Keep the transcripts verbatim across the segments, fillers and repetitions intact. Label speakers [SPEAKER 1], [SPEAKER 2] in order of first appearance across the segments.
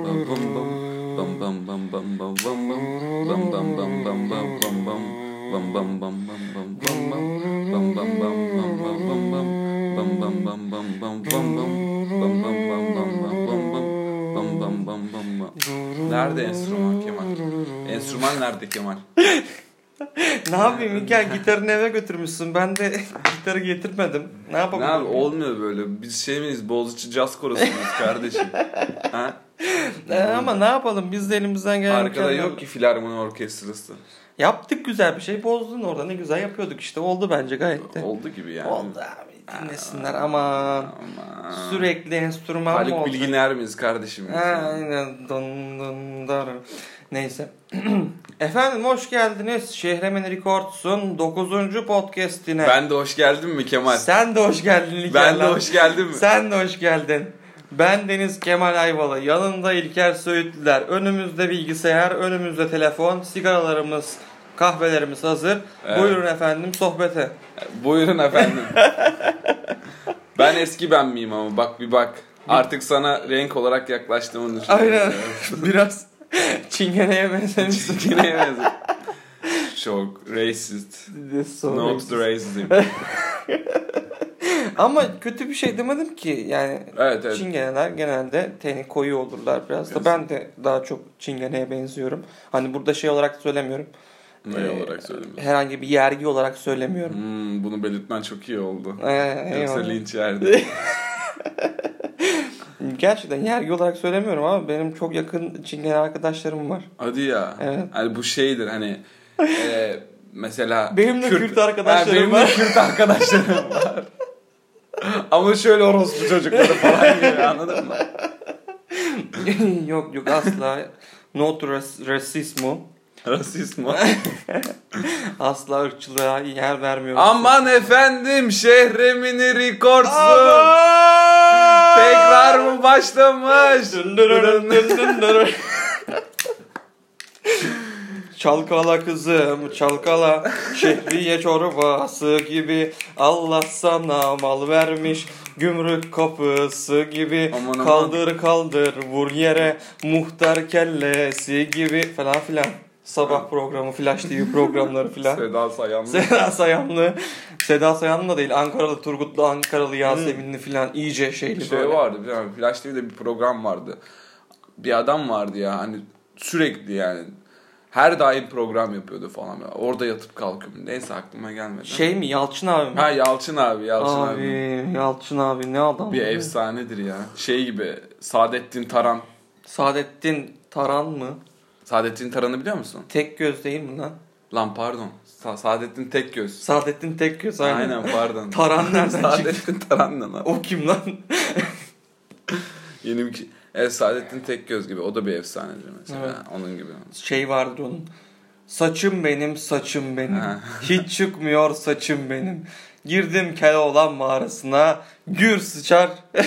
[SPEAKER 1] Nerede enstrüman Kemal? Enstrüman nerede Kemal?
[SPEAKER 2] Ne yapayım İlker, gitarını eve götürmüşsün. Ben de gitarı getirmedim. Ne yapabilirim?
[SPEAKER 1] Ne abi, olmuyor böyle. Biz şey miyiz? Boğaziçi Caz Korosu muyuz kardeşim? Ha?
[SPEAKER 2] Ee, ama ne yapalım? Biz de elimizden gelen...
[SPEAKER 1] Arkada yok ki filarmoni orkestrası.
[SPEAKER 2] Yaptık güzel bir şey. Bozdun orada. Ne güzel yapıyorduk işte. Oldu bence gayet de.
[SPEAKER 1] Oldu gibi yani.
[SPEAKER 2] Oldu abi. Dinlesinler ama
[SPEAKER 1] Aman.
[SPEAKER 2] sürekli enstrüman mı
[SPEAKER 1] Haluk
[SPEAKER 2] olacak?
[SPEAKER 1] Bilginer miyiz kardeşim?
[SPEAKER 2] Ha, aynen. Dın dın dar. Neyse. Efendim hoş geldiniz. Şehremen Records'un dokuzuncu podcast'ine.
[SPEAKER 1] Ben de hoş geldin mi Kemal?
[SPEAKER 2] Sen de hoş geldin İlker.
[SPEAKER 1] Ben de hoş geldin mi?
[SPEAKER 2] Sen de hoş geldin. Ben Deniz Kemal Ayvalı. Yanında İlker Söğütlüler. Önümüzde bilgisayar, önümüzde telefon, sigaralarımız, kahvelerimiz hazır.
[SPEAKER 1] Evet.
[SPEAKER 2] Buyurun efendim sohbete.
[SPEAKER 1] Buyurun efendim. Ben eski ben miyim ama bak bir bak. Artık sana renk olarak yaklaştığımı düşünüyorum.
[SPEAKER 2] Aynen. Biraz çingeneye benzemişsin.
[SPEAKER 1] Çingeneye benziyor. Çok racist.
[SPEAKER 2] So
[SPEAKER 1] Not the racism.
[SPEAKER 2] Ama kötü bir şey demedim ki. Yani
[SPEAKER 1] Evet, evet.
[SPEAKER 2] çingeneler genelde teni koyu olurlar biraz da. Ben de daha çok çingeneye benziyorum. Hani burada şey olarak söylemiyorum.
[SPEAKER 1] Ne
[SPEAKER 2] Ee,
[SPEAKER 1] olarak söylemiyorsun?
[SPEAKER 2] Herhangi bir yergi olarak söylemiyorum.
[SPEAKER 1] Hmm, bunu belirtmen çok iyi oldu.
[SPEAKER 2] Ee,
[SPEAKER 1] Yoksa
[SPEAKER 2] eyvallah.
[SPEAKER 1] linç yerdi.
[SPEAKER 2] Gerçekten yergi olarak söylemiyorum ama benim çok yakın çingene arkadaşlarım var.
[SPEAKER 1] Hadi ya.
[SPEAKER 2] Evet.
[SPEAKER 1] Hani bu şeydir hani e, mesela
[SPEAKER 2] Benim de Kürt arkadaşlarım
[SPEAKER 1] ha, benim
[SPEAKER 2] var.
[SPEAKER 1] de Kürt arkadaşlarım var. Ama şöyle orospu çocukları falan gibi, anladın mı?
[SPEAKER 2] Yok yok asla. Not ras- rasismo.
[SPEAKER 1] Rasizm o.
[SPEAKER 2] Asla ırkçılığa yer vermiyorum.
[SPEAKER 1] Aman efendim, şehremin rekorsun. Tekrar mı başlamış?
[SPEAKER 2] Çalkala kızım çalkala, şehriye çorbası gibi, Allah sana mal vermiş gümrük kapısı gibi,
[SPEAKER 1] aman aman.
[SPEAKER 2] kaldır kaldır vur yere muhtar kellesi gibi falan filan. Sabah programı, Flash T V programları filan.
[SPEAKER 1] Seda Sayanlı.
[SPEAKER 2] Seda Sayanlı. Seda Sayanlı da değil, Ankaralı, Turgutlu, Ankaralı, Yaseminli filan, iyice şeyli
[SPEAKER 1] Şey
[SPEAKER 2] böyle.
[SPEAKER 1] vardı, yani Flash T V'de bir program vardı. Bir adam vardı ya, hani sürekli yani her daim program yapıyordu falan. Orada yatıp kalkıyorum. Neyse, aklıma gelmedi.
[SPEAKER 2] Şey mi, Yalçın abi mi?
[SPEAKER 1] Ha, Yalçın abi, Yalçın abi.
[SPEAKER 2] Abi, Yalçın abi ne adam.
[SPEAKER 1] Bir efsanedir ya. Şey gibi, Saadettin Taran.
[SPEAKER 2] Saadettin Taran mı?
[SPEAKER 1] Saadettin Taran'ı biliyor musun?
[SPEAKER 2] Tek göz değil mi lan?
[SPEAKER 1] Lan pardon. Sa- Saadettin Tekgöz.
[SPEAKER 2] Saadettin tek göz aynen.
[SPEAKER 1] Aynen, pardon.
[SPEAKER 2] Taran nereden çıktı?
[SPEAKER 1] Saadettin Taran ne lan?
[SPEAKER 2] O kim lan?
[SPEAKER 1] Yeni bir... Evet, Saadettin Tekgöz gibi. O da bir efsanedir mesela.
[SPEAKER 2] Evet.
[SPEAKER 1] Onun gibi.
[SPEAKER 2] Şey vardır onun. Saçım benim, saçım benim.
[SPEAKER 1] Ha.
[SPEAKER 2] Hiç çıkmıyor saçım benim. Girdim Keloğlan mağarasına. Gür sıçar.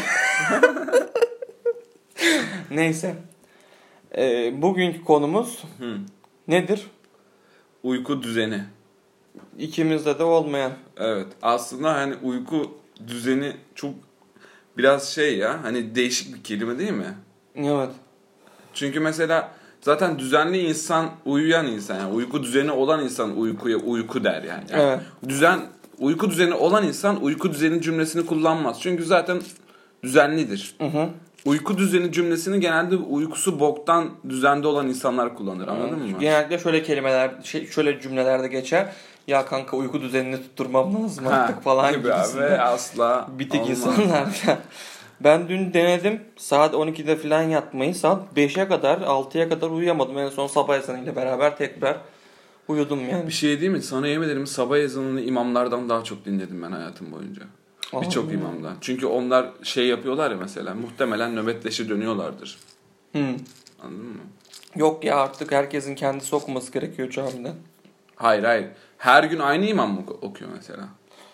[SPEAKER 2] Neyse. Ee, bugünkü konumuz
[SPEAKER 1] Hı.
[SPEAKER 2] nedir?
[SPEAKER 1] Uyku düzeni.
[SPEAKER 2] İkimizde de olmayan.
[SPEAKER 1] Evet. Aslında hani uyku düzeni çok biraz şey ya. Hani değişik bir kelime değil mi?
[SPEAKER 2] Evet.
[SPEAKER 1] Çünkü mesela zaten düzenli insan uyuyan insan, yani uyku düzeni olan insan uykuya uyku der yani. yani
[SPEAKER 2] Evet.
[SPEAKER 1] Düzen uyku düzeni olan insan uyku düzeni cümlesini kullanmaz. Çünkü zaten düzenlidir.
[SPEAKER 2] Hı hı.
[SPEAKER 1] Uyku düzeni cümlesini genelde uykusu boktan düzende olan insanlar kullanır, anladın mı?
[SPEAKER 2] Genellikle şöyle kelimeler, şey, şöyle cümlelerde geçer. Ya kanka uyku düzenini tutturmam lazım artık
[SPEAKER 1] Ha,
[SPEAKER 2] falan
[SPEAKER 1] gibi abi,
[SPEAKER 2] gibisinden.
[SPEAKER 1] asla
[SPEAKER 2] Bitik
[SPEAKER 1] olmaz.
[SPEAKER 2] insanlar. Ben dün denedim. Saat on ikide falan yatmayı. Saat beşe kadar, altıya kadar uyuyamadım. En son sabah ezanıyla beraber tekrar uyudum yani.
[SPEAKER 1] Bir şey değil mi? Sana yemin ederim, sabah ezanını imamlardan daha çok dinledim ben hayatım boyunca. Birçok imamdan. Çünkü onlar şey yapıyorlar ya mesela. Muhtemelen nöbetleşe dönüyorlardır.
[SPEAKER 2] Hı.
[SPEAKER 1] Anladın mı?
[SPEAKER 2] Yok ya, artık herkesin kendisi okuması gerekiyor camiden.
[SPEAKER 1] Hayır hayır. Her gün aynı imam mı okuyor mesela?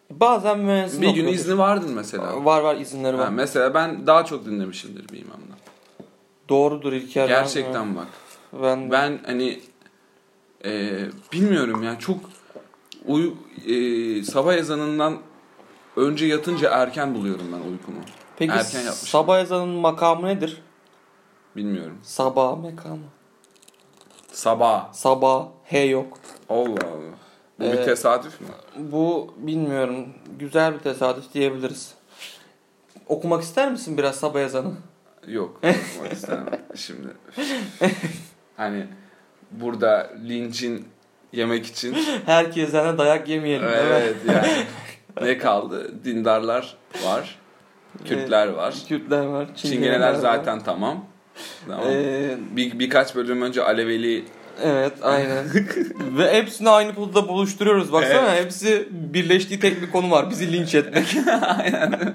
[SPEAKER 2] Bazen müezzin
[SPEAKER 1] Bir gün
[SPEAKER 2] okuyordur.
[SPEAKER 1] izni vardır mesela.
[SPEAKER 2] Var var izinleri var.
[SPEAKER 1] Ha, mesela ben daha çok dinlemişimdir bir imamdan.
[SPEAKER 2] Doğrudur İlker.
[SPEAKER 1] Gerçekten bak.
[SPEAKER 2] Ben,
[SPEAKER 1] Ben hani e, bilmiyorum ya çok uy, e, sabah ezanından önce yatınca erken buluyorum ben uykumu.
[SPEAKER 2] Peki
[SPEAKER 1] erken yapmışım.
[SPEAKER 2] sabah ezanının makamı nedir?
[SPEAKER 1] Bilmiyorum.
[SPEAKER 2] Sabah makamı.
[SPEAKER 1] Sabah.
[SPEAKER 2] Sabah. He yok.
[SPEAKER 1] Allah Allah. Bu
[SPEAKER 2] Ee,
[SPEAKER 1] bir tesadüf mü?
[SPEAKER 2] Bu bilmiyorum. Güzel bir tesadüf diyebiliriz. Okumak ister misin biraz sabah ezanı?
[SPEAKER 1] Yok. Okumak istemem. Şimdi. Hani burada linçin yemek için.
[SPEAKER 2] Herkesten dayak yemeyelim. değil mi?
[SPEAKER 1] Evet yani. Ne kaldı? Dindarlar var. Kürtler var.
[SPEAKER 2] Kürtler var.
[SPEAKER 1] Çingeneler
[SPEAKER 2] var.
[SPEAKER 1] zaten tamam. Tamam.
[SPEAKER 2] Ee,
[SPEAKER 1] Bir, birkaç bölüm önce Aleveli.
[SPEAKER 2] evet aynen. Ve hepsini aynı potada buluşturuyoruz. Baksana
[SPEAKER 1] Evet.
[SPEAKER 2] hepsi birleştiği tek bir konu var. Bizi linç etmek.
[SPEAKER 1] Aynen.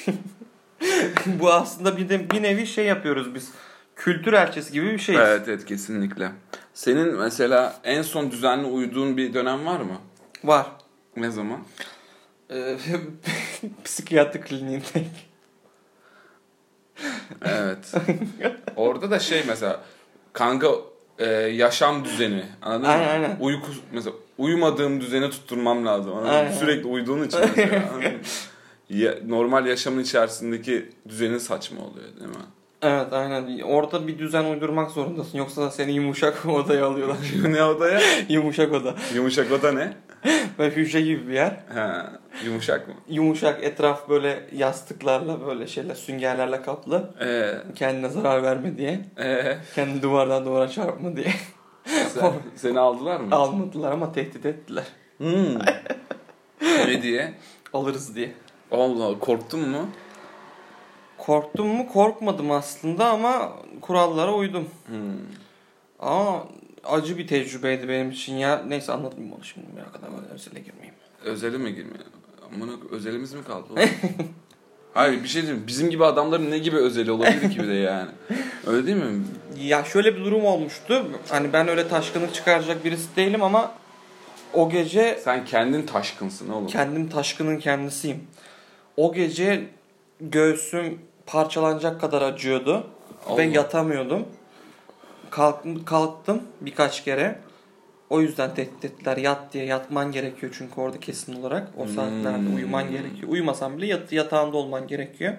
[SPEAKER 2] Bu aslında bir, de, bir nevi şey yapıyoruz biz. Kültür elçisi gibi bir şey.
[SPEAKER 1] Evet evet kesinlikle. Senin mesela en son düzenli uyuduğun bir dönem var mı?
[SPEAKER 2] Var.
[SPEAKER 1] Ne zaman?
[SPEAKER 2] Ee, psikiyatri kliniğinde.
[SPEAKER 1] Evet. Orada da şey mesela kanka e, yaşam düzeni anladın
[SPEAKER 2] Aynen,
[SPEAKER 1] mı?
[SPEAKER 2] aynen.
[SPEAKER 1] Uyku mesela uyumadığım düzeni tutturmam lazım. Anladın mı?
[SPEAKER 2] Aynen.
[SPEAKER 1] Sürekli uyuduğun için mesela. anladın mı? Ya, normal yaşamın içerisindeki düzenin saçma oluyor değil mi?
[SPEAKER 2] Evet aynen. Orada bir düzen uydurmak zorundasın. Yoksa seni yumuşak odaya alıyorlar.
[SPEAKER 1] Ne odaya?
[SPEAKER 2] Yumuşak oda.
[SPEAKER 1] Yumuşak oda ne?
[SPEAKER 2] Böyle hücre gibi bir yer.
[SPEAKER 1] Ha, yumuşak mı?
[SPEAKER 2] Yumuşak etraf böyle yastıklarla böyle şeyler süngerlerle kaplı.
[SPEAKER 1] Ee,
[SPEAKER 2] Kendine zarar verme diye.
[SPEAKER 1] ee,
[SPEAKER 2] Kendi duvardan duvara çarpma diye.
[SPEAKER 1] sen, seni aldılar mı?
[SPEAKER 2] Almadılar ama tehdit ettiler.
[SPEAKER 1] Hmm. Ne diye?
[SPEAKER 2] Alırız diye.
[SPEAKER 1] Allah Allah, korktun mu?
[SPEAKER 2] Korktum mu? Korkmadım aslında ama kurallara uydum.
[SPEAKER 1] Hmm.
[SPEAKER 2] Ama acı bir tecrübeydi benim için ya. Neyse anlatmayayım onu şimdi. Ya kadar böyle özele girmeyeyim.
[SPEAKER 1] Özeli mi girmiyor? Amına özelimiz mi kaldı oğlum? Hayır bir şey diyeyim. Bizim gibi adamların ne gibi özeli olabilir ki bir de yani? Öyle değil mi?
[SPEAKER 2] Ya şöyle bir durum olmuştu. Hani ben öyle taşkınlık çıkaracak birisi değilim ama o gece
[SPEAKER 1] Sen kendin taşkınsın oğlum.
[SPEAKER 2] kendim taşkının kendisiyim. O gece göğsüm parçalanacak kadar acıyordu.
[SPEAKER 1] Allah.
[SPEAKER 2] Ve yatamıyordum. Kalktım, kalktım birkaç kere. O yüzden tehdit ettiler. Yat diye. Yatman gerekiyor çünkü orada kesin olarak. O saatlerde
[SPEAKER 1] Hmm.
[SPEAKER 2] uyuman gerekiyor. Uyumasan bile yat, yatağında olman gerekiyor.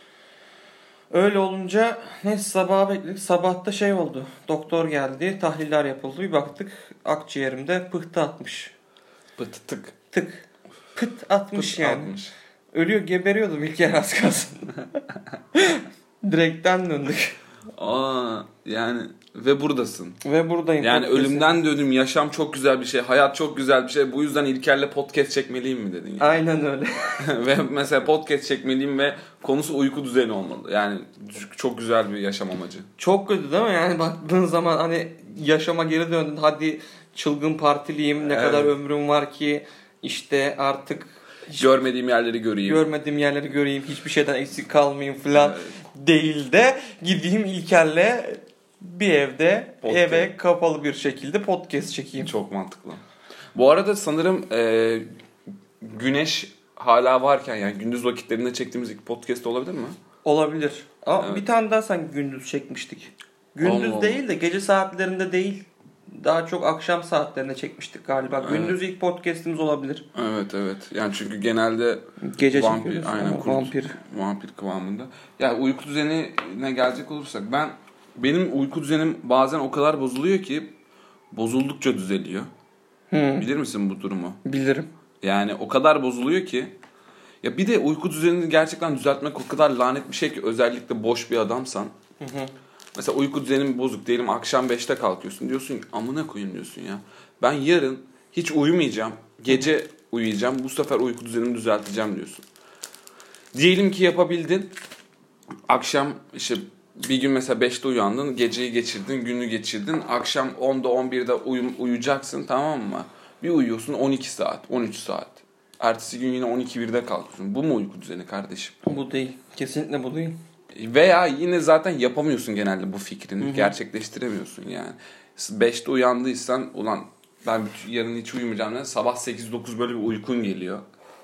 [SPEAKER 2] Öyle olunca neyse sabaha bekledik. Sabahta şey oldu. Doktor geldi. Tahliller yapıldı. Bir baktık akciğerimde pıhtı atmış.
[SPEAKER 1] Pıt tık.
[SPEAKER 2] Tık. Pıt atmış
[SPEAKER 1] Pıt
[SPEAKER 2] yani.
[SPEAKER 1] atmış.
[SPEAKER 2] Ölüyor geberiyordum ilk yer az kalsın. Direkten döndük.
[SPEAKER 1] Aa yani ve buradasın.
[SPEAKER 2] Ve buradayım.
[SPEAKER 1] Yani
[SPEAKER 2] Podcast'in.
[SPEAKER 1] ölümden döndüm. Yaşam çok güzel bir şey. Hayat çok güzel bir şey. Bu yüzden İlker'le podcast çekmeliyim mi dedin yani?
[SPEAKER 2] Aynen öyle.
[SPEAKER 1] Ve mesela podcast çekmeliyim ve konusu uyku düzeni olmalı. Yani çok güzel bir yaşam amacı.
[SPEAKER 2] Çok kötü değil mi? Yani baktığın zaman hani yaşama geri döndün. Hadi çılgın partiliyim. Ne
[SPEAKER 1] Evet.
[SPEAKER 2] kadar ömrüm var ki işte artık hiç
[SPEAKER 1] Görmediğim yerleri göreyim.
[SPEAKER 2] görmediğim yerleri göreyim. Hiçbir şeyden eksik kalmayayım falan
[SPEAKER 1] Evet.
[SPEAKER 2] değil de gideyim İlker'le bir evde
[SPEAKER 1] Podcast.
[SPEAKER 2] eve kapalı bir şekilde podcast çekeyim.
[SPEAKER 1] Çok mantıklı. Bu arada sanırım e, güneş hala varken yani gündüz vakitlerinde çektiğimiz ilk podcast olabilir mi?
[SPEAKER 2] Olabilir. Ama
[SPEAKER 1] Evet.
[SPEAKER 2] bir tane daha sanki gündüz çekmiştik. Gündüz
[SPEAKER 1] Allah Allah.
[SPEAKER 2] değil de gece saatlerinde değil. Daha çok akşam saatlerinde çekmiştik galiba.
[SPEAKER 1] Evet.
[SPEAKER 2] Gündüz ilk podcast'imiz olabilir.
[SPEAKER 1] Evet evet. Yani çünkü genelde
[SPEAKER 2] Gece
[SPEAKER 1] vampir,
[SPEAKER 2] çekiyoruz.
[SPEAKER 1] aynen
[SPEAKER 2] ama
[SPEAKER 1] kurt,
[SPEAKER 2] vampir.
[SPEAKER 1] vampir kıvamında. Ya uyku düzenine gelecek olursak ben benim uyku düzenim bazen o kadar bozuluyor ki bozuldukça düzeliyor.
[SPEAKER 2] Hı,
[SPEAKER 1] Bilir misin bu durumu?
[SPEAKER 2] bilirim.
[SPEAKER 1] Yani o kadar bozuluyor ki ya bir de uyku düzenini gerçekten düzeltmek o kadar lanet bir şey ki özellikle boş bir adamsan.
[SPEAKER 2] Hı hı.
[SPEAKER 1] Mesela uyku düzenin bozuk diyelim akşam beşte kalkıyorsun diyorsun ki amına koyayım diyorsun ya. Ben yarın hiç uyumayacağım. Gece uyuyacağım. Bu sefer uyku düzenimi düzelteceğim diyorsun. Diyelim ki yapabildin. Akşam işte bir gün mesela beşte uyandın. Geceyi geçirdin. Günü geçirdin. Akşam onda on birde uyu- uyuyacaksın tamam mı? Bir uyuyorsun on iki saat. on üç saat. Ertesi gün yine on iki birde kalkıyorsun. Bu mu uyku düzeni kardeşim?
[SPEAKER 2] Bu değil. Kesinlikle bu değil.
[SPEAKER 1] Veya yine zaten yapamıyorsun genelde bu fikrini.
[SPEAKER 2] Hı hı.
[SPEAKER 1] Gerçekleştiremiyorsun yani. beşte uyandıysan ulan ben bütün- yarın hiç uyumayacağım. Yani sabah sekiz dokuz böyle bir uykun geliyor.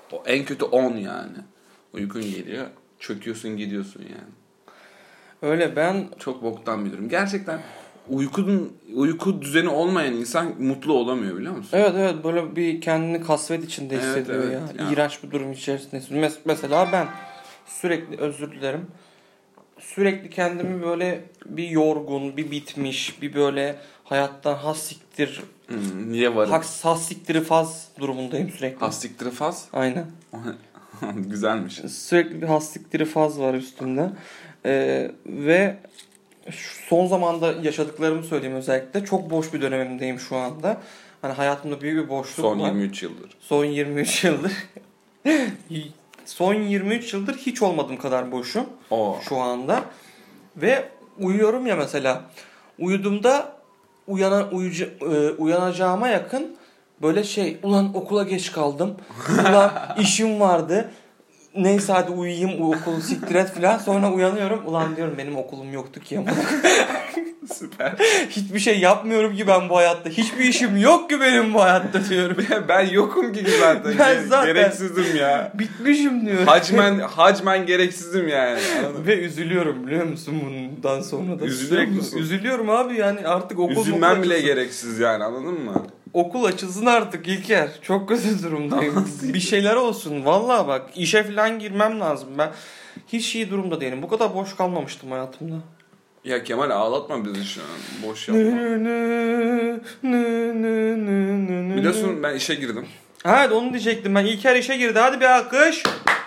[SPEAKER 1] O en kötü on yani. Uykun geliyor. Çöküyorsun gidiyorsun yani.
[SPEAKER 2] Öyle ben...
[SPEAKER 1] Çok boktan bir durum. Gerçekten uykunun uyku düzeni olmayan insan mutlu olamıyor biliyor musun?
[SPEAKER 2] Evet evet böyle bir kendini kasvet içinde
[SPEAKER 1] Evet,
[SPEAKER 2] hissediyor
[SPEAKER 1] evet,
[SPEAKER 2] ya.
[SPEAKER 1] ya.
[SPEAKER 2] İğrenç bir durum içerisinde. Mes- mesela ben sürekli özür dilerim. Sürekli kendimi böyle bir yorgun, bir bitmiş, bir böyle hayattan has siktir,
[SPEAKER 1] Hmm, niye varım?
[SPEAKER 2] has, has siktiri faz durumundayım sürekli.
[SPEAKER 1] Hastiktir faz.
[SPEAKER 2] Aynen.
[SPEAKER 1] Güzelmiş.
[SPEAKER 2] Sürekli bir has siktiri faz var üstümde. Ee, ve şu son zamanda yaşadıklarımı söyleyeyim özellikle. Çok boş bir dönemimdeyim şu anda. Hani hayatımda büyük bir boşluk
[SPEAKER 1] Son
[SPEAKER 2] var.
[SPEAKER 1] yirmi üç yıldır.
[SPEAKER 2] Son yirmi üç yıldır. Son yirmi üç yıldır hiç olmadığım kadar boşum
[SPEAKER 1] Oo.
[SPEAKER 2] şu anda. Ve uyuyorum ya mesela. Uyuduğumda uyana, uyucu, e, uyanacağıma yakın böyle şey, ulan okula geç kaldım. Ulan işim vardı. Neyse hadi uyuyayım, o okulu siktir et falan. Sonra uyanıyorum. Ulan diyorum benim okulum yoktu ki.
[SPEAKER 1] Süper.
[SPEAKER 2] Hiçbir şey yapmıyorum ki ben bu hayatta. Hiçbir işim yok ki benim bu hayatta diyorum.
[SPEAKER 1] Ben yokum ki zaten.
[SPEAKER 2] Ben zaten-
[SPEAKER 1] Gereksizim ya.
[SPEAKER 2] Bitmişim diyorum.
[SPEAKER 1] Hacmen, hacmen gereksizim yani. Anladın mı?
[SPEAKER 2] Ve üzülüyorum biliyor musun bundan sonra da.
[SPEAKER 1] Üzülüyor
[SPEAKER 2] Sürekli
[SPEAKER 1] musun?
[SPEAKER 2] Üzülüyorum abi yani artık okul
[SPEAKER 1] Üzülmem
[SPEAKER 2] okul
[SPEAKER 1] bile
[SPEAKER 2] açılsın.
[SPEAKER 1] gereksiz yani anladın mı?
[SPEAKER 2] Okul açılsın artık İlker. Çok kötü durumdayım. Bir şeyler olsun. Vallahi bak işe falan girmem lazım. Ben hiç iyi durumda değilim. Bu kadar boş kalmamıştım hayatımda.
[SPEAKER 1] Ya Kemal ağlatma bizi şu an. Boş yapma. Biliyorsun ben işe girdim.
[SPEAKER 2] Evet onu diyecektim ben. İlker işe girdi. Hadi bir alkış.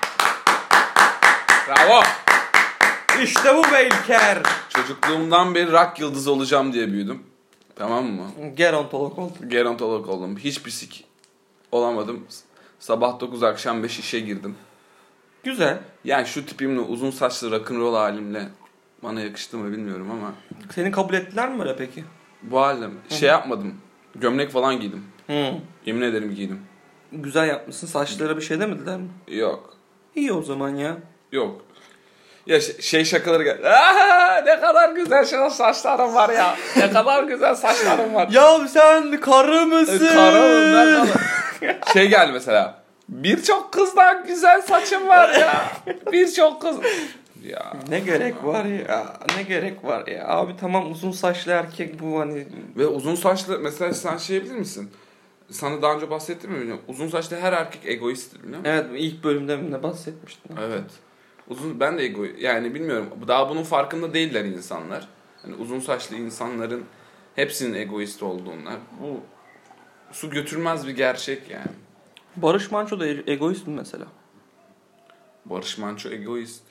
[SPEAKER 1] Bravo.
[SPEAKER 2] İşte bu be İlker.
[SPEAKER 1] Çocukluğumdan beri rock yıldızı olacağım diye büyüdüm. Tamam mı?
[SPEAKER 2] Gerontolog oldum.
[SPEAKER 1] Gerontolog oldum. Hiçbir sik olamadım. Sabah dokuz akşam beş işe girdim.
[SPEAKER 2] Güzel.
[SPEAKER 1] Yani şu tipimle uzun saçlı rock'n'roll halimle bana yakıştı mı bilmiyorum ama
[SPEAKER 2] Seni kabul ettiler mi öyle peki?
[SPEAKER 1] bu halim şey yapmadım. Gömlek falan giydim.
[SPEAKER 2] Hı.
[SPEAKER 1] Yemin ederim giydim.
[SPEAKER 2] Güzel yapmışsın. Saçlara bir şey demediler mi?
[SPEAKER 1] Yok.
[SPEAKER 2] İyi o zaman ya.
[SPEAKER 1] Yok. Ya şey, şey şakaları gel. Aa, ne kadar güzel şey saçlarım var ya. Ne kadar güzel saçlarım var.
[SPEAKER 2] Ya sen karı mısın?
[SPEAKER 1] Karalım ne kadar. Şey geldi mesela. Birçok kızdan güzel saçım var ya. Birçok kız. Ya.
[SPEAKER 2] Ne gerek var ya? Ne gerek var ya? Abi tamam uzun saçlı erkek bu hani.
[SPEAKER 1] Ve uzun saçlı mesela sen şey bilir misin? Sana daha önce bahsettim mi bilmiyorum. Uzun saçlı her erkek egoisttir biliyor musun?
[SPEAKER 2] Evet ilk bölümde mi ne bahsetmiştim.
[SPEAKER 1] Evet. Uzun ben de ego yani bilmiyorum. Daha bunun farkında değiller insanlar. Hani uzun saçlı insanların hepsinin egoist olduğundan. Bu su götürmez bir gerçek yani.
[SPEAKER 2] Barış Manço da e- egoist mi mesela?
[SPEAKER 1] Barış Manço egoist.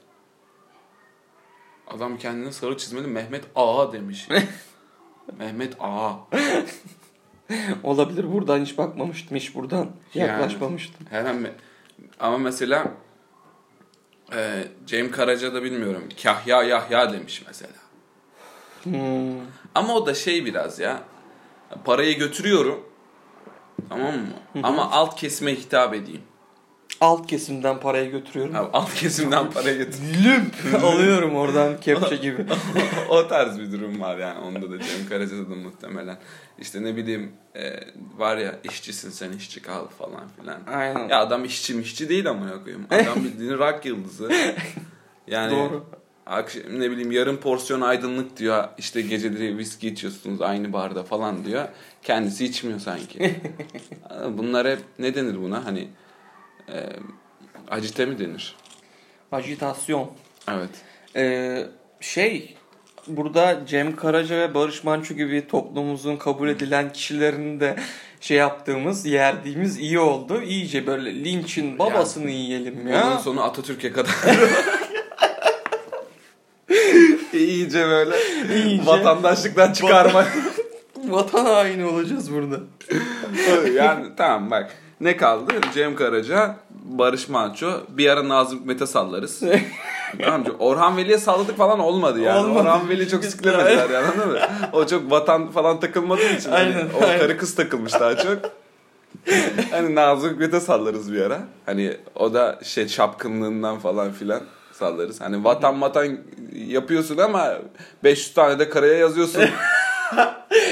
[SPEAKER 1] Adam kendine sarı çizmeli Mehmet Ağa demiş. Mehmet Ağa.
[SPEAKER 2] Olabilir buradan hiç bakmamıştım hiç buradan
[SPEAKER 1] Yani.
[SPEAKER 2] yaklaşmamıştım.
[SPEAKER 1] Her an me- ama mesela e, Cem Karaca da bilmiyorum. Kahya Yahya demiş mesela.
[SPEAKER 2] Hmm.
[SPEAKER 1] Ama o da şey biraz ya. Parayı götürüyorum. Tamam mı? Ama alt kesime hitap edeyim.
[SPEAKER 2] Alt kesimden parayı götürüyorum.
[SPEAKER 1] Abi, alt kesimden parayı götür.
[SPEAKER 2] Lümp alıyorum oradan kepçe gibi.
[SPEAKER 1] O tarz bir durum var yani. Onda da Cem Karaca'da da muhtemelen. İşte ne bileyim e, var ya işçisin sen işçi kal falan filan.
[SPEAKER 2] Aynen.
[SPEAKER 1] Ya adam işçi mişçi değil amına koyayım. Adam bildiğin rock yıldızı. Yani
[SPEAKER 2] Doğru.
[SPEAKER 1] akşam ne bileyim yarım porsiyon aydınlık diyor. İşte geceleri viski içiyorsunuz aynı barda falan diyor. Kendisi içmiyor sanki. Bunlar hep ne denir buna? Hani e, acite mi denir?
[SPEAKER 2] Ajitasyon.
[SPEAKER 1] Evet.
[SPEAKER 2] Ee, şey burada Cem Karaca ve Barış Manço gibi toplumumuzun kabul edilen kişilerini de şey yaptığımız, yerdiğimiz iyi oldu. İyice böyle linçin babasını yiyelim ya.
[SPEAKER 1] Bunun sonu Atatürk'e kadar. İyice böyle
[SPEAKER 2] İyice.
[SPEAKER 1] vatandaşlıktan çıkarma.
[SPEAKER 2] Vatan haini olacağız burada.
[SPEAKER 1] Yani tamam bak. Ne kaldı? Cem Karaca, Barış Manço, bir ara Nazım Hikmet'e sallarız. Tamam mı? Orhan Veli'ye salladık falan olmadı yani.
[SPEAKER 2] Olmadı.
[SPEAKER 1] Orhan Veli çok siklemediler yani anladın mı? O çok vatan falan takılmadığı için.
[SPEAKER 2] Aynen,
[SPEAKER 1] Hani o
[SPEAKER 2] aynen.
[SPEAKER 1] karı kız takılmış daha çok. Hani Nazım Hikmet'e sallarız bir ara. Hani o da şey şapkınlığından falan filan sallarız. Hani vatan vatan yapıyorsun ama beş yüz tane de karaya yazıyorsun.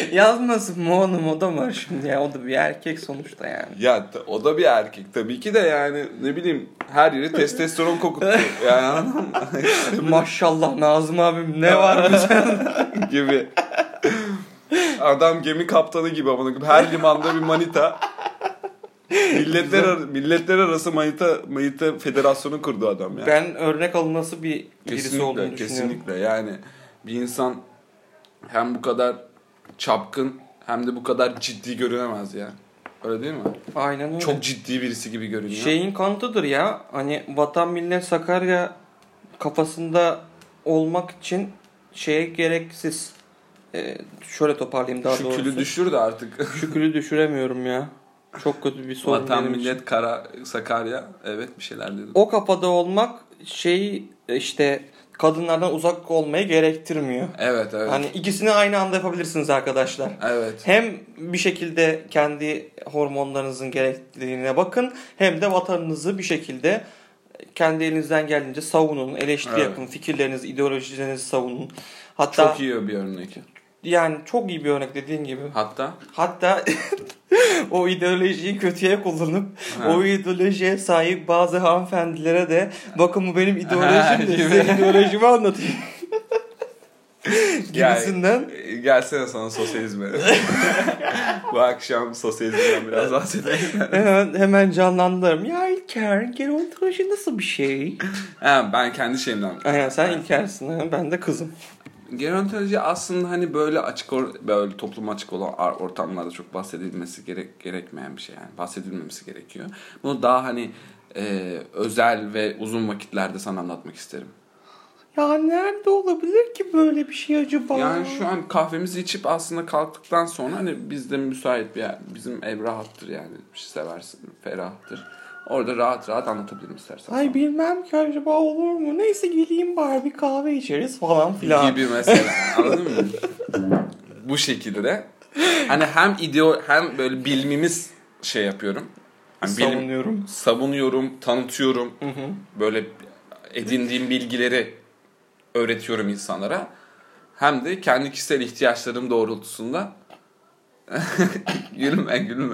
[SPEAKER 2] Yazmasın mı oğlum, o da var şimdi ya. O da bir erkek sonuçta yani.
[SPEAKER 1] Ya t- o da bir erkek tabii ki de, yani ne bileyim her yeri testosteron kokuttu. Yani anladın mı?
[SPEAKER 2] Maşallah Nazım abim ne var mı sen?
[SPEAKER 1] gibi. Adam gemi kaptanı gibi ama her limanda bir manita. Milletler ar- milletler arası manita manita federasyonu kurdu adam ya.
[SPEAKER 2] Ben örnek alınması bir birisi
[SPEAKER 1] Kesinlikle,
[SPEAKER 2] olduğunu düşünüyorum.
[SPEAKER 1] kesinlikle. Yani bir insan hem bu kadar çapkın hem de bu kadar ciddi görünemez ya. Öyle değil mi?
[SPEAKER 2] Aynen öyle.
[SPEAKER 1] Çok ciddi birisi gibi görünüyor.
[SPEAKER 2] Şeyin kanıtıdır ya. Hani Vatan Millet Sakarya kafasında olmak için şeye gereksiz. Ee, şöyle toparlayayım daha
[SPEAKER 1] Şu
[SPEAKER 2] doğrusu.
[SPEAKER 1] külü düşür de artık.
[SPEAKER 2] Şu külü düşüremiyorum ya. Çok kötü bir sorun
[SPEAKER 1] Vatan
[SPEAKER 2] benim
[SPEAKER 1] Millet
[SPEAKER 2] için.
[SPEAKER 1] Kara Sakarya. Evet, bir şeyler dedim.
[SPEAKER 2] O kafada olmak şeyi işte kadınlardan uzak olmayı gerektirmiyor.
[SPEAKER 1] Evet, evet.
[SPEAKER 2] Hani ikisini aynı anda yapabilirsiniz arkadaşlar.
[SPEAKER 1] Evet.
[SPEAKER 2] Hem bir şekilde kendi hormonlarınızın gerekliliğine bakın, hem de vatanınızı bir şekilde kendi elinizden geldiğince savunun, eleştiri
[SPEAKER 1] Evet.
[SPEAKER 2] yapın, fikirlerinizi, ideolojilerinizi savunun. Hatta
[SPEAKER 1] Çok iyi bir örnek.
[SPEAKER 2] yani çok iyi bir örnek dediğin gibi.
[SPEAKER 1] Hatta
[SPEAKER 2] Hatta o ideolojiyi kötüye kullanıp
[SPEAKER 1] Ha.
[SPEAKER 2] o ideolojiye sahip bazı hanımefendilere de bakın bu benim
[SPEAKER 1] Ha,
[SPEAKER 2] ideolojim de
[SPEAKER 1] gibi.
[SPEAKER 2] size ideolojimi anlatayım.
[SPEAKER 1] Gel-
[SPEAKER 2] Gibisinden.
[SPEAKER 1] gelsene sana sosyalizme. Bu akşam sosyalizmden biraz bahsedelim.
[SPEAKER 2] hemen, hemen canlandırırım. Ya İlker, gerontoloji nasıl bir şey?
[SPEAKER 1] Ha, ben kendi şeyimden.
[SPEAKER 2] Aynen, sen İlker'sin, ha? Ben de kızım.
[SPEAKER 1] Gerontoloji aslında hani böyle açık or- böyle topluma açık olan ar- ortamlarda çok bahsedilmesi gerek gerekmeyen bir şey, yani bahsedilmemesi gerekiyor. Bunu daha hani e, özel ve uzun vakitlerde sana anlatmak isterim.
[SPEAKER 2] Ya nerede olabilir ki böyle bir şey acaba?
[SPEAKER 1] Yani şu an kahvemizi içip aslında kalktıktan sonra hani bizde müsait bir yer, bizim ev rahattır yani, bir şey seversin, ferahtır. Orada rahat rahat anlatabilirim istersen.
[SPEAKER 2] Ay bilmem ki acaba olur mu? Neyse geleyim bari bir kahve içeriz falan filan.
[SPEAKER 1] Gibi mesela, anladın mı? Bu şekilde hani hem ideo hem böyle bilimimiz şey yapıyorum. Hani bilim-
[SPEAKER 2] Savunuyorum.
[SPEAKER 1] savunuyorum, tanıtıyorum.
[SPEAKER 2] Hı hı.
[SPEAKER 1] Böyle edindiğim bilgileri öğretiyorum insanlara. Hem de kendi kişisel ihtiyaçlarım doğrultusunda gülme gülme.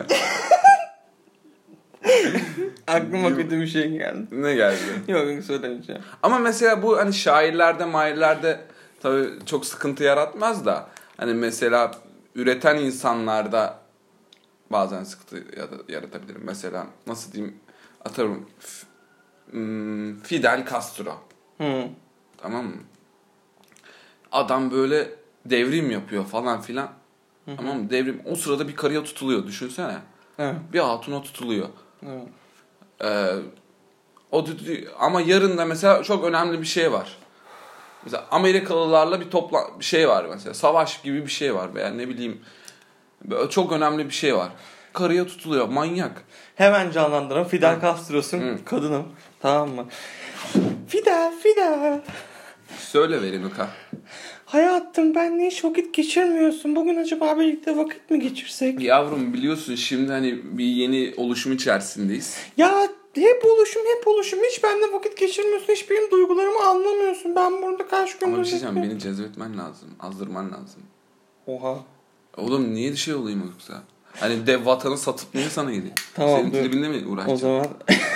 [SPEAKER 2] Aklıma kötü bir şey geldi.
[SPEAKER 1] Ne geldi?
[SPEAKER 2] Yok söylemeyeceğim.
[SPEAKER 1] Ama mesela bu hani şairlerde, mairlerde tabii çok sıkıntı yaratmaz da hani mesela üreten insanlarda bazen sıkıntı yaratabilirim. Mesela nasıl diyeyim, atarım F- hmm, Fidel Castro.
[SPEAKER 2] Hı.
[SPEAKER 1] Tamam mı? Adam böyle devrim yapıyor falan filan.
[SPEAKER 2] Hı-hı.
[SPEAKER 1] Tamam mı? Devrim. O sırada bir karıya tutuluyor. Düşünsene.
[SPEAKER 2] Evet.
[SPEAKER 1] Bir hatuna tutuluyor.
[SPEAKER 2] Evet.
[SPEAKER 1] Ee, o dedi- ama yarın da mesela çok önemli bir şey var. Mesela Amerikalılarla bir topla bir şey var mesela. Savaş gibi bir şey var veya ne bileyim, böyle çok önemli bir şey var. Karıya tutuluyor. Manyak.
[SPEAKER 2] Hemen canlandırın. Fidel
[SPEAKER 1] Hı.
[SPEAKER 2] Castro'sun.
[SPEAKER 1] Hı.
[SPEAKER 2] Kadınım. Tamam mı? Fidel, Fidel.
[SPEAKER 1] Söyle Veronica.
[SPEAKER 2] Hayatım benle hiç vakit geçirmiyorsun. Bugün acaba birlikte vakit mi geçirsek?
[SPEAKER 1] Yavrum biliyorsun şimdi hani bir yeni oluşum içerisindeyiz.
[SPEAKER 2] Ya hep oluşum hep oluşum. Hiç benimle vakit geçirmiyorsun. Hiç benim duygularımı anlamıyorsun. Ben burada kaç gündür...
[SPEAKER 1] Ama bir şey diyeceğim, beni cezbetmen lazım. Azdırman lazım.
[SPEAKER 2] Oha.
[SPEAKER 1] Oğlum niye şey olayım yoksa? Hani dev vatanı satıp niye sana gideyim?
[SPEAKER 2] Tamam,
[SPEAKER 1] Senin
[SPEAKER 2] dur.
[SPEAKER 1] tribinle mi uğraşacağım?
[SPEAKER 2] O zaman...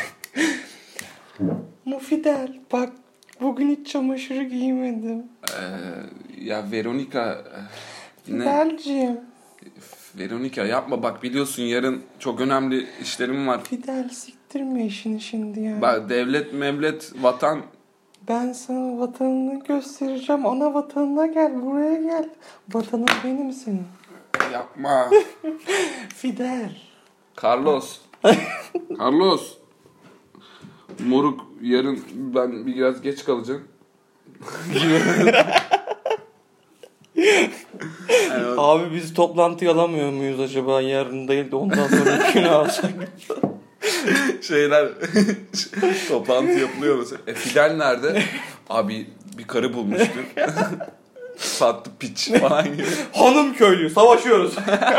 [SPEAKER 2] Mu Fidel bak bugün hiç çamaşırı giymedim.
[SPEAKER 1] Ee, ya Veronica... Ne?
[SPEAKER 2] Fidelciğim.
[SPEAKER 1] Veronica yapma bak, biliyorsun yarın çok önemli işlerim var.
[SPEAKER 2] Fidel siktirme işini şimdi ya.
[SPEAKER 1] Bak devlet, mevlet, vatan...
[SPEAKER 2] Ben sana vatanını göstereceğim. Ana vatanına gel. Buraya gel. Vatanın benim senin.
[SPEAKER 1] Yapma.
[SPEAKER 2] Fidel.
[SPEAKER 1] Carlos. Carlos. Moruk yarın ben biraz geç kalacağım. Yani o-
[SPEAKER 2] Abi biz toplantıyı alamıyor muyuz acaba? Yarın değil de ondan sonra günü alsak.
[SPEAKER 1] şeyler toplantı yapılıyor mesela. E Fidel nerede? Abi bir karı bulmuştu. Sattı piç falan gibi.
[SPEAKER 2] Hanım köylü savaşıyoruz.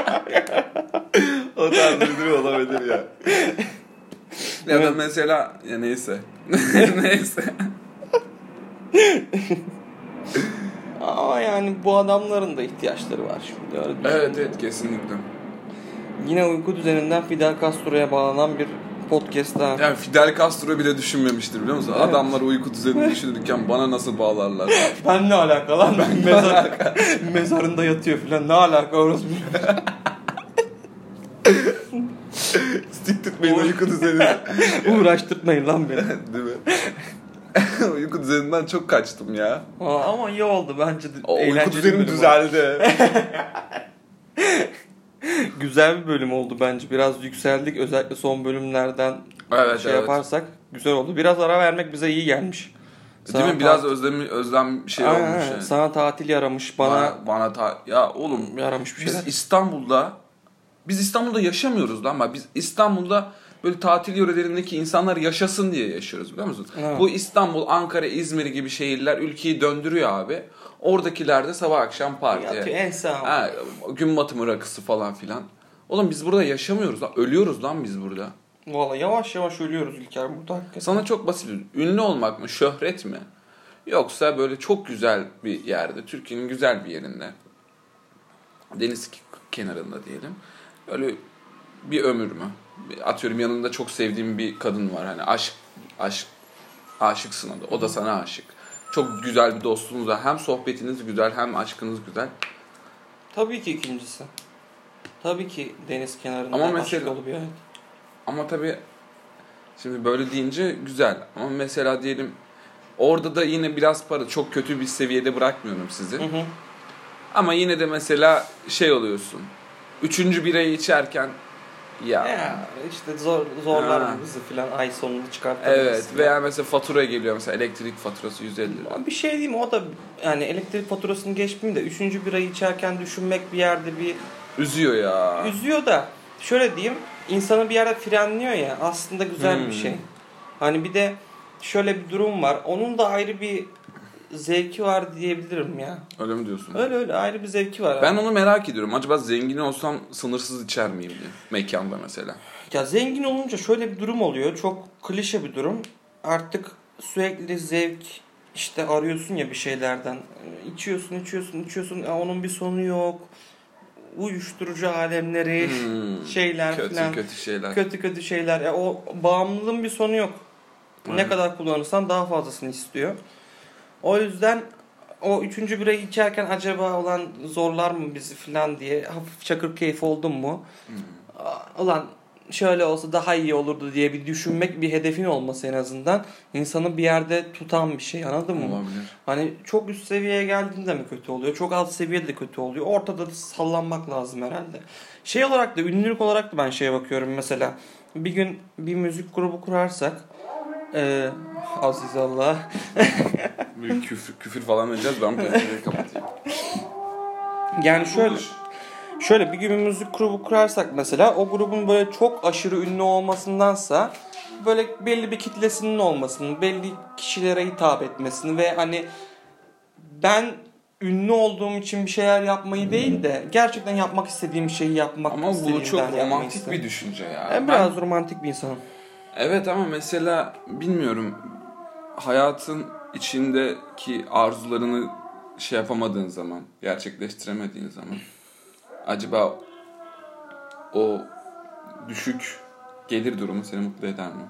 [SPEAKER 1] O tarz bir durum olabilir ya. Ya da mesela ya neyse. Neyse.
[SPEAKER 2] Ama yani bu adamların da ihtiyaçları var şimdi. Öyle
[SPEAKER 1] Evet evet kesinlikle.
[SPEAKER 2] Yine uyku düzeninden Fidel Castro'ya bağlanan bir podcast daha.
[SPEAKER 1] Yani Fidel Castro bile düşünmemiştir biliyor musun? Evet. Adamlar uyku düzenini düşünürken bana nasıl bağlarlar?
[SPEAKER 2] Ben ne alaka lan? Ben Mezar, mezarında yatıyor falan. Ne alaka orası?
[SPEAKER 1] Siktirtmeyin uyku düzenini.
[SPEAKER 2] Uğraştırtmayın lan beni.
[SPEAKER 1] Değil mi? Uyku düzeninden çok kaçtım ya.
[SPEAKER 2] Aa, ama iyi oldu bence.
[SPEAKER 1] O uyku düzenim düzeldi.
[SPEAKER 2] Güzel bir bölüm oldu bence. Biraz yükseldik. Özellikle son bölümlerden
[SPEAKER 1] evet,
[SPEAKER 2] şey
[SPEAKER 1] evet.
[SPEAKER 2] yaparsak güzel oldu. Biraz ara vermek bize iyi gelmiş.
[SPEAKER 1] Değil
[SPEAKER 2] Sana
[SPEAKER 1] mi? Biraz
[SPEAKER 2] tatil...
[SPEAKER 1] özlem özlem şey
[SPEAKER 2] Aynen,
[SPEAKER 1] olmuş yani.
[SPEAKER 2] Sana tatil yaramış. Bana
[SPEAKER 1] bana, bana ta... ya oğlum
[SPEAKER 2] yaramış bir şeyler.
[SPEAKER 1] Biz İstanbul'da biz İstanbul'da yaşamıyoruz lan bak. Biz İstanbul'da böyle tatil yörelerindeki insanlar yaşasın diye yaşıyoruz biliyor musun?
[SPEAKER 2] Evet.
[SPEAKER 1] Bu İstanbul, Ankara, İzmir gibi şehirler ülkeyi döndürüyor abi. Oradakiler de sabah akşam parti.
[SPEAKER 2] Yatıyor en sağ.
[SPEAKER 1] Ha, gün batımı rakısı falan filan. Oğlum biz burada yaşamıyoruz lan. Ölüyoruz lan biz burada.
[SPEAKER 2] Valla yavaş yavaş ölüyoruz İlker burada hakikaten.
[SPEAKER 1] Sana çok basit. Ünlü olmak mı? Şöhret mi? Yoksa böyle çok güzel bir yerde, Türkiye'nin güzel bir yerinde, deniz kenarında diyelim. Öyle bir ömür mü? Atıyorum yanında çok sevdiğim bir kadın var. Hani aşk, aşk, aşıksın o da. O da sana aşık. Çok güzel bir dostluğunuz var. Hem sohbetiniz güzel hem aşkınız güzel.
[SPEAKER 2] Tabii ki ikincisi. Tabii ki deniz kenarında
[SPEAKER 1] ama
[SPEAKER 2] aşk
[SPEAKER 1] mesela,
[SPEAKER 2] dolu bir hayat.
[SPEAKER 1] Ama tabii şimdi böyle deyince güzel. Ama mesela diyelim orada da yine biraz para, çok kötü bir seviyede bırakmıyorum sizi.
[SPEAKER 2] Hı hı.
[SPEAKER 1] Ama yine de mesela şey oluyorsun. Üçüncü birayı içerken ya,
[SPEAKER 2] ya işte zor zorlar
[SPEAKER 1] ha.
[SPEAKER 2] bizi filan ay sonunda çıkartırız.
[SPEAKER 1] Evet veya mesela fatura geliyor mesela elektrik faturası yüz elli lira.
[SPEAKER 2] Bir şey diyeyim o da yani elektrik faturasını geçmeyeyim de üçüncü birayı içerken düşünmek bir yerde bir
[SPEAKER 1] üzüyor ya.
[SPEAKER 2] Üzüyor da şöyle diyeyim insanı bir yerde frenliyor ya aslında güzel
[SPEAKER 1] hmm.
[SPEAKER 2] bir şey. Hani bir de şöyle bir durum var. Onun da ayrı bir zevki var diyebilirim ya.
[SPEAKER 1] Öyle mi diyorsun?
[SPEAKER 2] Öyle öyle ayrı bir zevki var.
[SPEAKER 1] Ben
[SPEAKER 2] abi.
[SPEAKER 1] onu merak ediyorum. Acaba zengin olsam sınırsız içer miyim diye. Mekanda mesela.
[SPEAKER 2] Ya zengin olunca şöyle bir durum oluyor. Çok klişe bir durum. Artık sürekli zevk işte arıyorsun ya bir şeylerden. İçiyorsun, içiyorsun, içiyorsun. Ya onun bir sonu yok. Uyuşturucu alemleri,
[SPEAKER 1] Hmm.
[SPEAKER 2] şeyler
[SPEAKER 1] kötü,
[SPEAKER 2] falan.
[SPEAKER 1] Kötü şeyler.
[SPEAKER 2] Kötü kötü şeyler. Ya o bağımlılığın bir sonu yok. Evet. Ne kadar kullanırsan daha fazlasını istiyor. O yüzden o üçüncü birayı içerken acaba ulan zorlar mı bizi falan diye hafif çakır keyif oldum mu? Hmm. Ulan şöyle olsa daha iyi olurdu diye bir düşünmek, bir hedefin olması en azından insanı bir yerde tutan bir şey, anladın mı?
[SPEAKER 1] Olabilir.
[SPEAKER 2] Hani çok üst seviyeye geldiğinde mi kötü oluyor? Çok alt seviyede de kötü oluyor. Ortada da sallanmak lazım herhalde. Şey olarak da, ünlülük olarak da ben şeye bakıyorum mesela. Bir gün bir müzik grubu kurarsak Ee, Aziz Allah.
[SPEAKER 1] Bir küfür, küfür falan edeceğiz. Ben pencereyi kapatayım.
[SPEAKER 2] Yani şöyle şöyle bir gün bir müzik grubu kurarsak mesela o grubun böyle çok aşırı ünlü olmasındansa böyle belli bir kitlesinin olmasını, belli kişilere hitap etmesini ve hani ben ünlü olduğum için bir şeyler yapmayı değil de gerçekten yapmak istediğim şeyi yapmak
[SPEAKER 1] ama bu çok romantik
[SPEAKER 2] istedim.
[SPEAKER 1] bir düşünce ya.
[SPEAKER 2] Ben biraz ben... romantik bir insanım.
[SPEAKER 1] Evet ama mesela bilmiyorum, hayatın içindeki arzularını şey yapamadığın zaman, gerçekleştiremediğin zaman acaba o düşük gelir durumu seni mutlu eder mi?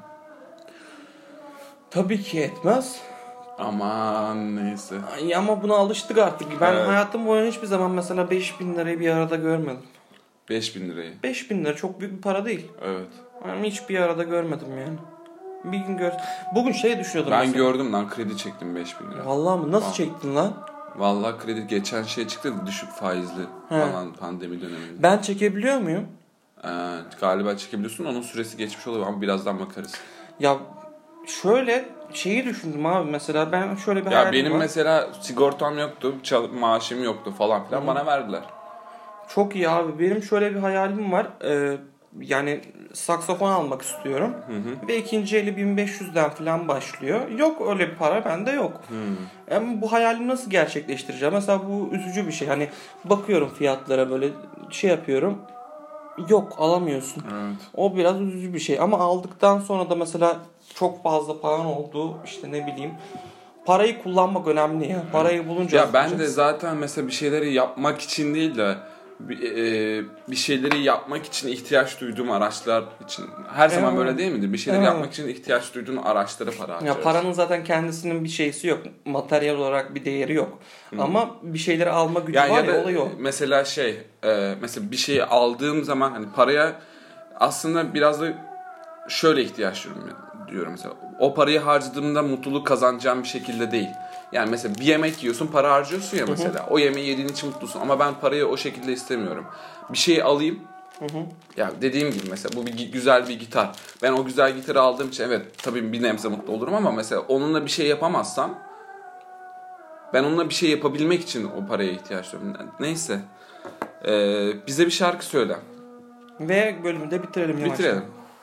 [SPEAKER 2] Tabii ki etmez.
[SPEAKER 1] Aman neyse.
[SPEAKER 2] Ay, ama buna alıştık artık. Ben
[SPEAKER 1] evet.
[SPEAKER 2] hayatım boyunca hiçbir zaman mesela beş bin lirayı bir arada görmedim.
[SPEAKER 1] beş bin lirayı?
[SPEAKER 2] beş bin lira çok büyük bir para değil.
[SPEAKER 1] Evet.
[SPEAKER 2] Yani hiçbir arada görmedim yani. Bir gün gör. Bugün şey düşünüyordum.
[SPEAKER 1] Ben
[SPEAKER 2] mesela.
[SPEAKER 1] gördüm lan, kredi çektim beş bin lira.
[SPEAKER 2] Vallahi mı? Nasıl
[SPEAKER 1] Vallahi.
[SPEAKER 2] çektin lan?
[SPEAKER 1] Vallahi kredi geçen şey çıktı da düşük faizli
[SPEAKER 2] He.
[SPEAKER 1] falan pandemi döneminde.
[SPEAKER 2] Ben çekebiliyor muyum?
[SPEAKER 1] Ee, galiba çekebiliyorsun, onun süresi geçmiş oluyor ama birazdan bakarız.
[SPEAKER 2] Ya şöyle şeyi düşündüm abi, mesela ben şöyle bir
[SPEAKER 1] ya benim
[SPEAKER 2] var.
[SPEAKER 1] mesela sigortam yoktu, çal- maaşım yoktu falan filan,
[SPEAKER 2] Hı.
[SPEAKER 1] bana verdiler.
[SPEAKER 2] Çok iyi abi. Benim şöyle bir hayalim var. Ee, yani saksafon almak istiyorum.
[SPEAKER 1] Hı hı.
[SPEAKER 2] Ve ikinci eli bin beş yüzden falan başlıyor. Yok öyle bir para bende yok.
[SPEAKER 1] Hı.
[SPEAKER 2] Ama bu hayalimi nasıl gerçekleştireceğim? Mesela bu üzücü bir şey. Hani bakıyorum fiyatlara, böyle şey yapıyorum. Yok, alamıyorsun.
[SPEAKER 1] Evet.
[SPEAKER 2] O biraz üzücü bir şey. Ama aldıktan sonra da mesela çok fazla paran oldu. İşte ne bileyim parayı kullanmak önemli ya. Parayı bulunca
[SPEAKER 1] Ya ben de zaten mesela bir şeyleri yapmak için değil de bir, e, bir şeyleri yapmak için ihtiyaç duyduğum araçlar için her zaman
[SPEAKER 2] Evet.
[SPEAKER 1] böyle değil midir? Bir şeyleri
[SPEAKER 2] Evet.
[SPEAKER 1] yapmak için ihtiyaç duyduğun araçlara para harcarız.
[SPEAKER 2] Ya paranın zaten kendisinin bir şeysi yok. Materyal olarak bir değeri yok.
[SPEAKER 1] Hı.
[SPEAKER 2] Ama bir şeyleri alma gücü
[SPEAKER 1] Ya
[SPEAKER 2] var
[SPEAKER 1] ya
[SPEAKER 2] ya,
[SPEAKER 1] da
[SPEAKER 2] olayı o.
[SPEAKER 1] mesela şey e, mesela bir şeyi aldığım zaman hani paraya aslında biraz da şöyle ihtiyaç duyuyorum diyorum mesela. O parayı harcadığımda mutluluk kazanacağım bir şekilde değil. Yani mesela bir yemek yiyorsun, para harcıyorsun ya mesela. Hı hı. O yemeği yediğin için mutlusun ama ben parayı o şekilde istemiyorum. Bir şeyi alayım. Hı hı. Ya dediğim gibi mesela bu bir güzel bir gitar. Ben o güzel gitarı aldığım için evet tabii bir nebze mutlu olurum ama mesela onunla bir şey yapamazsam ben onunla bir şey yapabilmek için o paraya ihtiyaç duyuyorum. Neyse. Ee, bize bir şarkı söyle.
[SPEAKER 2] Ve bölümü de bitirelim.
[SPEAKER 1] Bitirelim.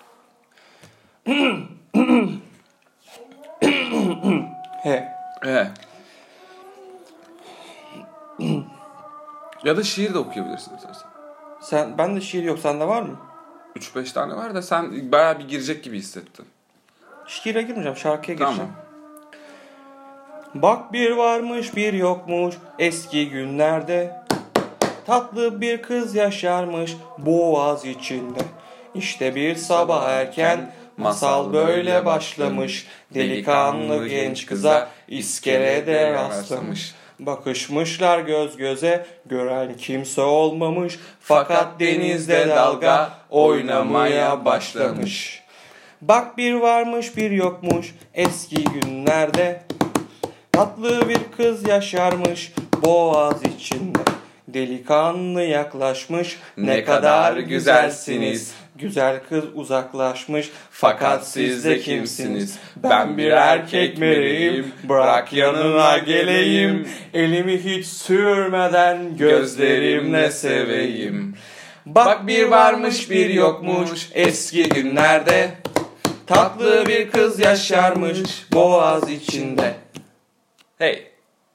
[SPEAKER 2] He.
[SPEAKER 1] He. Ya da şiir de okuyabilirsin istersen.
[SPEAKER 2] Sen, ben de şiir yok. Sende var mı?
[SPEAKER 1] üç beş tane var da sen bayağı bir girecek gibi hissettin.
[SPEAKER 2] Şiire girmeyeceğim. Şarkıya gireceğim.
[SPEAKER 1] Tamam.
[SPEAKER 2] Bak bir varmış bir yokmuş eski günlerde. Tatlı bir kız yaşarmış boğaz içinde. İşte bir sabah erken masal böyle başlamış. Delikanlı genç kıza iskelede rastlamış. Bakışmışlar göz göze, gören kimse olmamış. Fakat denizde dalga oynamaya başlamış. Bak bir varmış bir yokmuş eski günlerde. Tatlı bir kız yaşarmış boğaz içinde. Delikanlı yaklaşmış, ne kadar güzelsiniz. Güzel kız uzaklaşmış, fakat siz de kimsiniz? Ben bir erkek meleğim, bırak yanına geleyim. Elimi hiç sürmeden gözlerimle seveyim. Bak bir varmış bir yokmuş eski günlerde. Tatlı bir kız yaşarmış boğaz içinde.
[SPEAKER 1] Hey.